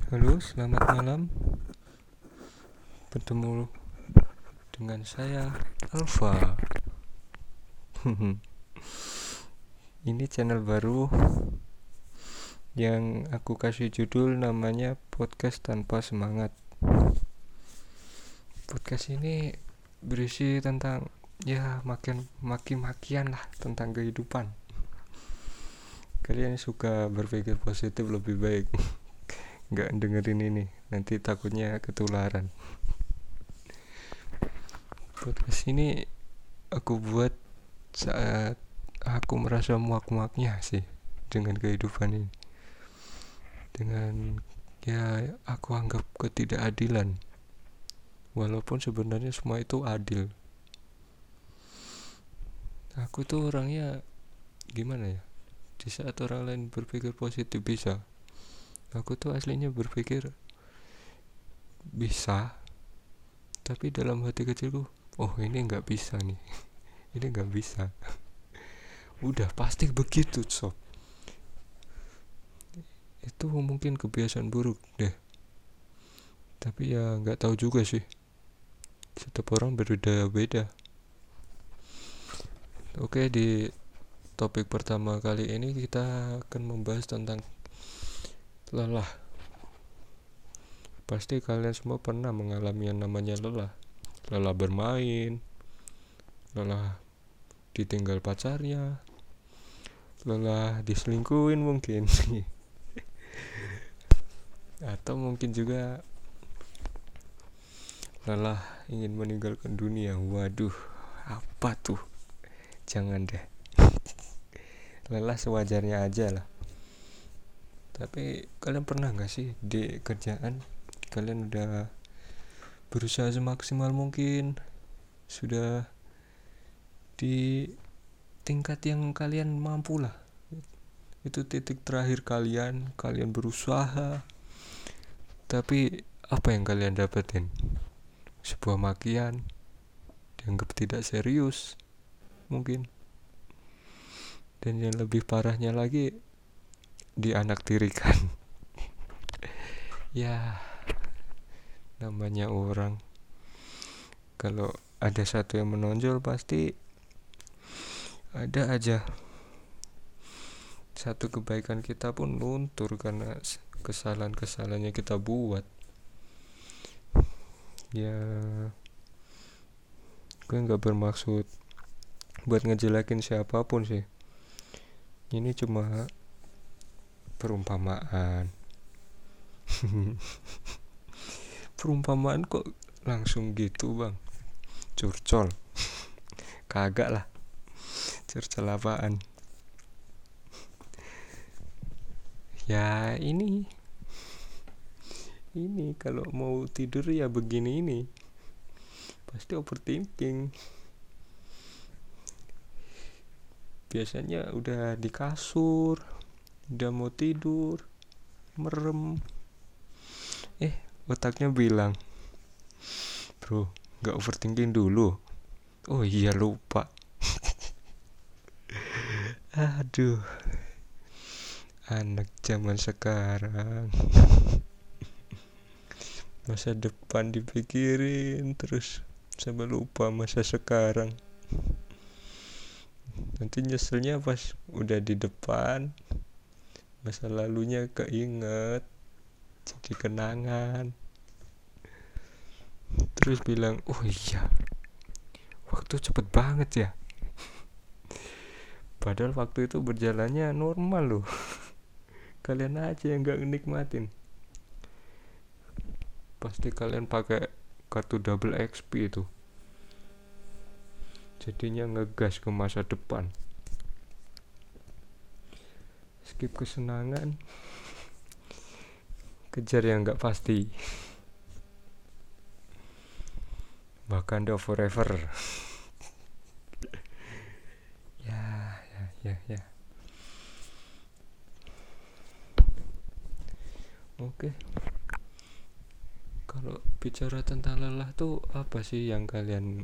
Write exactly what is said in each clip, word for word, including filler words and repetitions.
Halo, selamat malam. Bertemu dengan saya, Alfa. Ini channel baru yang aku kasih judul namanya Podcast Tanpa Semangat. Podcast ini berisi tentang ya makin maki-makian lah tentang kehidupan. Kalian suka berpikir positif lebih baik. Nggak dengerin ini, nanti takutnya ketularan. Podcast ini aku buat saat aku merasa muak-muaknya sih dengan kehidupan ini, dengan ya aku anggap ketidakadilan, walaupun sebenarnya semua itu adil. Aku tuh orangnya gimana ya, di saat orang lain berpikir positif bisa, aku tuh aslinya berpikir bisa, tapi dalam hati kecilku, oh ini nggak bisa nih, ini nggak bisa. Udah pasti begitu sob. Itu mungkin kebiasaan buruk deh, tapi ya nggak tahu juga sih, setiap orang berbeda-beda. Oke, di topik pertama kali ini kita akan membahas tentang lelah. Pasti kalian semua pernah mengalami yang namanya lelah. Lelah bermain, lelah ditinggal pacarnya, lelah diselingkuhin mungkin. Atau mungkin juga lelah ingin meninggalkan dunia. Waduh, apa tuh? Jangan deh. Lelah sewajarnya aja lah. Tapi kalian pernah gak sih di kerjaan kalian udah berusaha semaksimal mungkin, sudah di tingkat yang kalian mampu lah, itu titik terakhir kalian kalian berusaha, tapi apa yang kalian dapetin? Sebuah makian, dianggap tidak serius mungkin, dan yang lebih parahnya lagi dianaktirikan. Ya namanya orang, kalau ada satu yang menonjol pasti ada aja satu kebaikan kita pun luntur karena kesalahan-kesalahan yang kita buat. Ya gue gak bermaksud buat ngejelekin siapapun sih, ini cuma perumpamaan. Perumpamaan kok langsung gitu bang, curcol. Kagak lah, curcol apaan. Ya ini ini kalau mau tidur ya begini, ini pasti overthinking. Biasanya udah di kasur, udah mau tidur, merem, eh otaknya bilang, bro gak overthinking dulu. Oh iya lupa. Aduh, anak zaman sekarang. Masa depan dipikirin terus sampai lupa masa sekarang. Nanti nyeselnya pas udah di depan, masa lalunya keinget, jadi kenangan. Terus bilang, oh iya waktu cepet banget ya, padahal waktu itu berjalannya normal loh. Kalian aja yang gak nikmatin. Pasti kalian pakai kartu double X P itu, jadinya ngegas ke masa depan. Skip kesenangan, kejar yang gak pasti. Wakanda forever. Ya, ya, ya, ya. Oke. Kalau bicara tentang lelah tuh apa sih yang kalian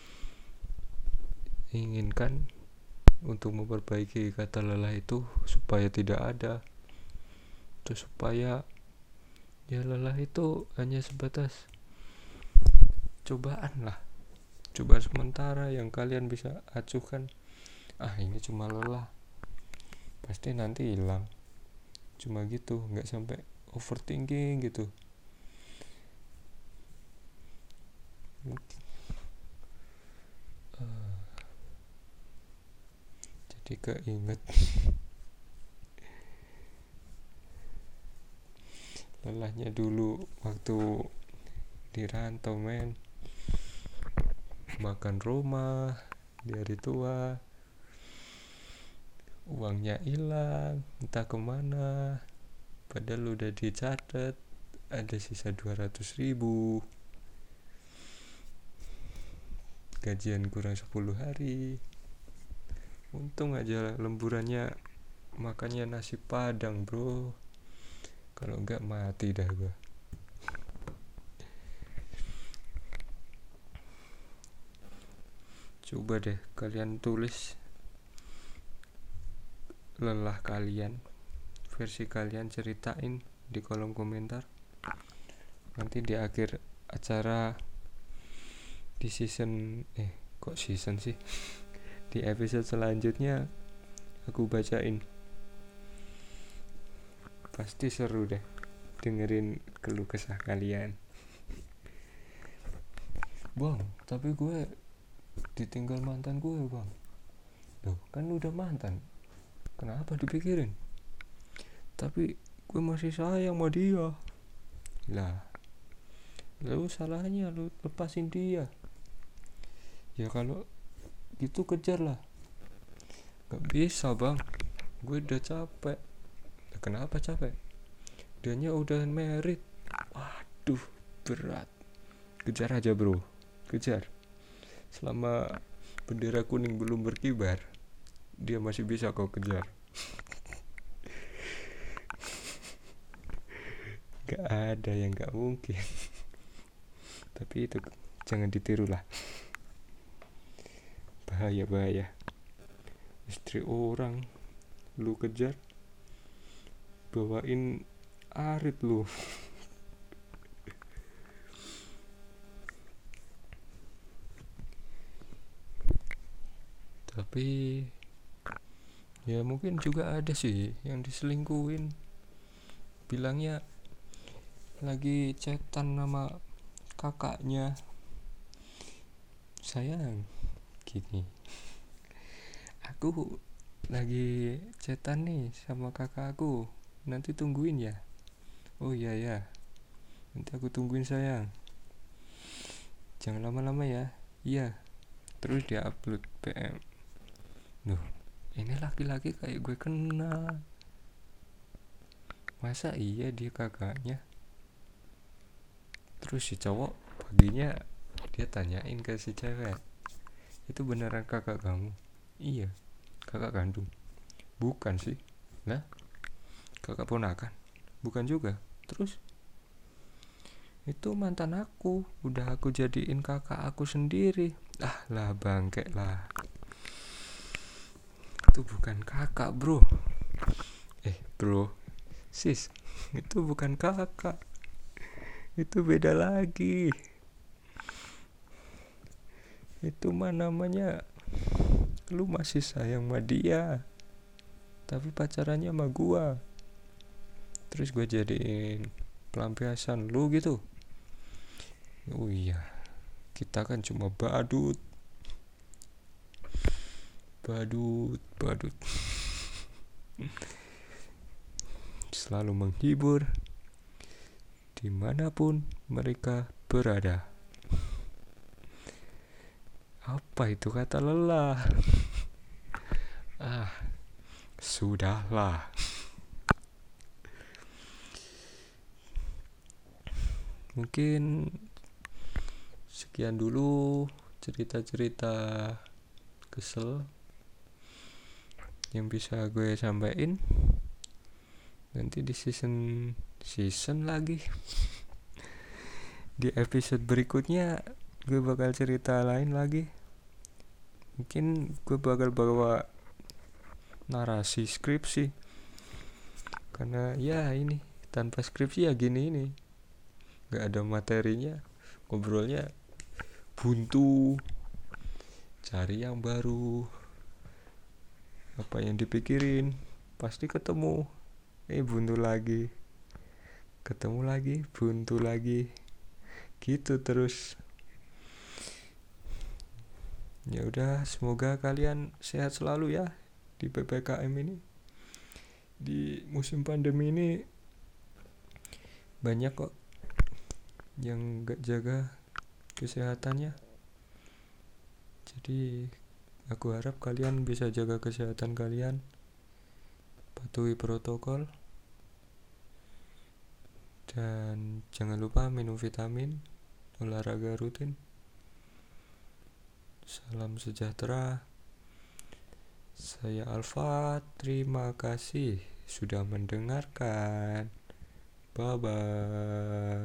inginkan untuk memperbaiki kata lelah itu supaya tidak ada, terus supaya Ya lelah itu hanya sebatas cobaan lah, cobaan sementara yang kalian bisa acuhkan. Ah ini cuma lelah, pasti nanti hilang. Cuma gitu, nggak sampai overthinking gitu. uh, jadi keinget lelahnya dulu waktu di rantau men, makan rumah di hari tua, uangnya hilang entah kemana, padahal udah dicatat ada sisa dua ratus ribu, gajian kurang sepuluh hari. Untung aja lemburannya makannya nasi padang bro, kalau enggak mati dah gua. Coba deh kalian tulis lelah kalian, versi kalian, ceritain di kolom komentar. Nanti di akhir acara di season eh kok season sih di episode selanjutnya aku bacain. Pasti seru deh dengerin keluh kesah kalian. Bang, tapi gue ditinggal mantan gue bang. Loh kan udah mantan, kenapa dipikirin? Tapi gue masih sayang sama dia. Lah, lalu salahnya lu lepasin dia. Ya kalau gitu kejar lah. Gak bisa bang, gue udah capek. Nah, kenapa capek? Dianya udah married. Waduh, berat. Kejar aja bro, kejar. Selama bendera kuning belum berkibar, dia masih bisa kau kejar. Gak ada yang gak mungkin. Tapi itu jangan ditiru lah, bahaya-bahaya. Istri orang lu kejar, bawain arit lu. Tapi ya mungkin juga ada sih yang diselingkuhin, bilangnya lagi chatan sama kakaknya. Sayang, gini, aku lagi chatan nih sama kakakku, nanti tungguin ya. Oh iya ya, nanti aku tungguin sayang, jangan lama-lama ya. Iya. Terus dia upload P M. Duh, ini laki-laki kayak gue kenal. Masa iya dia kakaknya? Terus si cowok paginya dia tanyain ke si cewek, itu beneran kakak kamu? Iya, kakak kandung. Bukan sih. Lah, kakak ponakan? Bukan juga. Terus? Itu mantan aku, udah aku jadiin kakak aku sendiri. Ah lah bangke lah, itu bukan kakak bro. Eh bro, sis, itu bukan kakak, itu beda lagi. Itu mah namanya lu masih sayang sama dia, tapi pacarannya sama gua. Terus gua jadiin pelampiasan lu gitu. Oh iya, kita kan cuma badut. Badut, badut. Selalu menghibur dimanapun mereka berada. Apa itu kata lelah? Ah, sudahlah. Mungkin sekian dulu cerita-cerita kesel yang bisa gue sampaikan. Nanti di season season lagi, di episode berikutnya gue bakal cerita lain lagi. Mungkin gue bakal bawa narasi skripsi, karena ya ini tanpa skripsi ya gini ini, nggak ada materinya, ngobrolnya buntu, cari yang baru, apa yang dipikirin pasti ketemu, eh buntu lagi, ketemu lagi, buntu lagi, gitu terus. Ya udah, semoga kalian sehat selalu ya di P P K M ini. Di musim pandemi ini banyak kok yang gak jaga kesehatannya. Jadi aku harap kalian bisa jaga kesehatan kalian, patuhi protokol, dan jangan lupa minum vitamin, olahraga rutin. Salam sejahtera. Saya Alfa, terima kasih sudah mendengarkan. Bye bye.